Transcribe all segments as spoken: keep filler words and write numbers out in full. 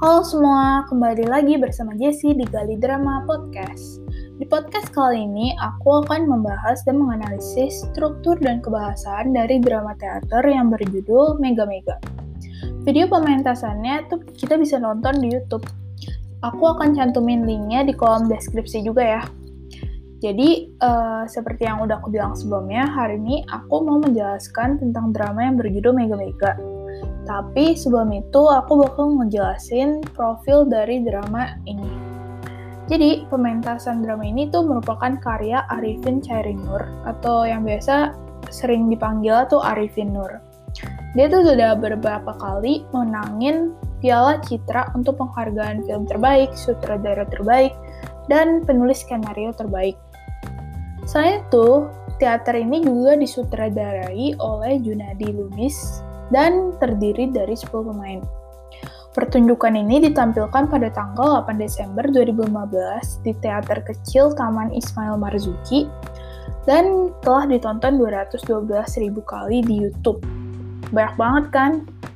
Halo semua, kembali lagi bersama Jessie di Gali Drama Podcast. Di podcast kali ini, aku akan membahas dan menganalisis struktur dan kebahasaan dari drama teater yang berjudul Mega Mega. Video pementasannya tuh kita bisa nonton di YouTube. Aku akan cantumin linknya di kolom deskripsi juga ya. Jadi, uh, seperti yang udah aku bilang sebelumnya, hari ini aku mau menjelaskan tentang drama yang berjudul Mega Mega. Tapi sebelum itu aku bakal ngejelasin profil dari drama ini. Jadi pementasan drama ini tuh merupakan karya Arifin Chairinur atau yang biasa sering dipanggil tuh Arifin Nur. Dia tuh sudah beberapa kali menangin Piala Citra untuk penghargaan film terbaik, sutradara terbaik, dan penulis skenario terbaik. Selain itu, teater ini juga disutradarai oleh Junadi Lubis dan terdiri dari sepuluh pemain. Pertunjukan ini ditampilkan pada tanggal delapan Desember dua ribu lima belas di Teater Kecil Taman Ismail Marzuki dan telah ditonton dua ratus dua belas ribu kali di YouTube. Banyak banget kan?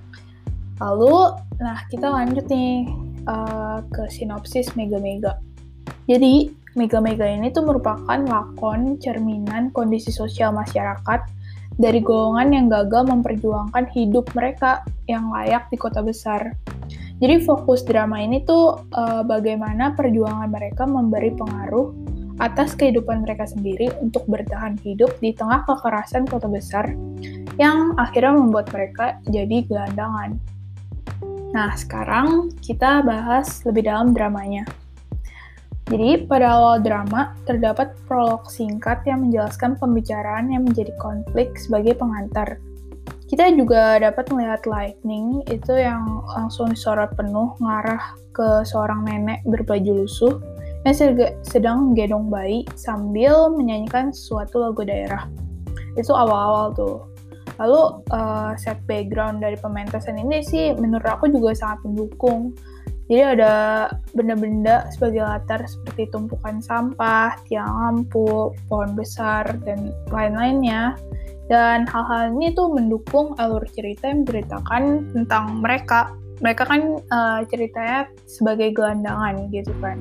Lalu, nah kita lanjut nih uh, ke sinopsis Mega Mega. Jadi, Mega Mega ini tuh merupakan lakon cerminan kondisi sosial masyarakat dari golongan yang gagal memperjuangkan hidup mereka yang layak di kota besar. Jadi fokus drama ini tuh uh, bagaimana perjuangan mereka memberi pengaruh atas kehidupan mereka sendiri untuk bertahan hidup di tengah kekerasan kota besar yang akhirnya membuat mereka jadi gelandangan. Nah, sekarang kita bahas lebih dalam dramanya. Jadi, pada awal drama, terdapat prolog singkat yang menjelaskan pembicaraan yang menjadi konflik sebagai pengantar. Kita juga dapat melihat lightning, itu yang langsung disorot penuh ngarah ke seorang nenek berbaju lusuh yang sedang menggendong bayi sambil menyanyikan suatu lagu daerah. Itu awal-awal tuh. Lalu, uh, set background dari pementasan ini sih menurut aku juga sangat mendukung. Jadi ada benda-benda sebagai latar seperti tumpukan sampah, tiang lampu, pohon besar, dan lain-lainnya. Dan hal-hal ini tuh mendukung alur cerita yang menceritakan tentang mereka. Mereka kan uh, ceritanya sebagai gelandangan gitu kan.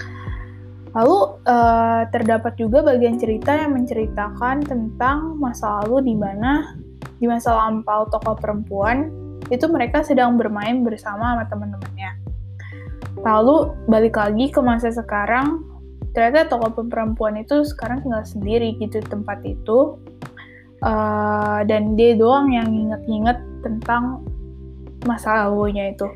Lalu uh, terdapat juga bagian cerita yang menceritakan tentang masa lalu di mana di masa lampau tokoh perempuan itu mereka sedang bermain bersama sama teman-temannya. Lalu balik lagi ke masa sekarang, ternyata tokoh perempuan itu sekarang tinggal sendiri gitu di tempat itu, uh, dan dia doang yang inget-inget tentang masa lalunya itu.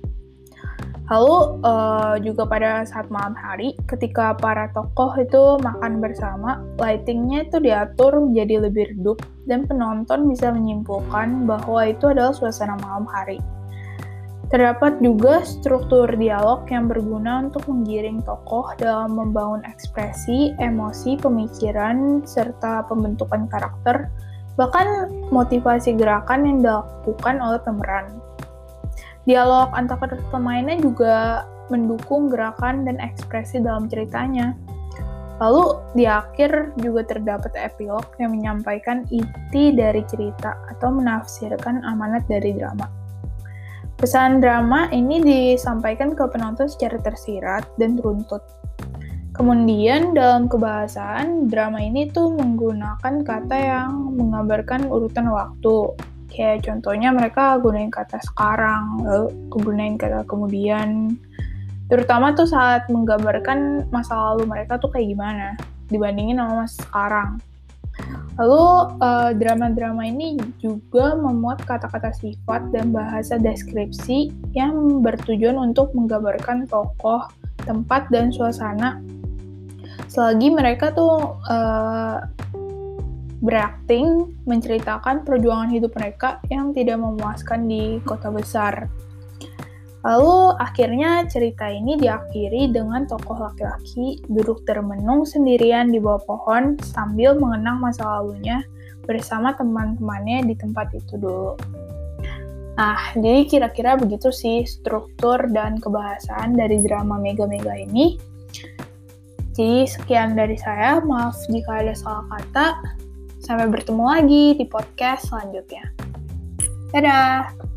Lalu uh, juga pada saat malam hari, ketika para tokoh itu makan bersama, lightingnya itu diatur menjadi lebih redup dan penonton bisa menyimpulkan bahwa itu adalah suasana malam hari. Terdapat juga struktur dialog yang berguna untuk menggiring tokoh dalam membangun ekspresi, emosi, pemikiran, serta pembentukan karakter, bahkan motivasi gerakan yang dilakukan oleh pemeran. Dialog antar pemainnya juga mendukung gerakan dan ekspresi dalam ceritanya. Lalu di akhir juga terdapat epilog yang menyampaikan inti dari cerita atau menafsirkan amanat dari drama. Pesan drama ini disampaikan ke penonton secara tersirat dan runtut. Kemudian dalam kebahasaan, drama ini tuh menggunakan kata yang menggambarkan urutan waktu. Kayak contohnya mereka gunain kata sekarang, lalu gunain kata kemudian. Terutama tuh saat menggambarkan masa lalu mereka tuh kayak gimana dibandingin sama masa sekarang. Lalu, uh, drama-drama ini juga memuat kata-kata sifat dan bahasa deskripsi yang bertujuan untuk menggambarkan tokoh, tempat, dan suasana. Selagi mereka tuh uh, berakting menceritakan perjuangan hidup mereka yang tidak memuaskan di kota besar. Lalu akhirnya cerita ini diakhiri dengan tokoh laki-laki duduk termenung sendirian di bawah pohon sambil mengenang masa lalunya bersama teman-temannya di tempat itu dulu. Nah, jadi kira-kira begitu sih struktur dan kebahasaan dari drama Mega Mega ini. Jadi sekian dari saya, maaf jika ada salah kata. Sampai bertemu lagi di podcast selanjutnya. Dadah!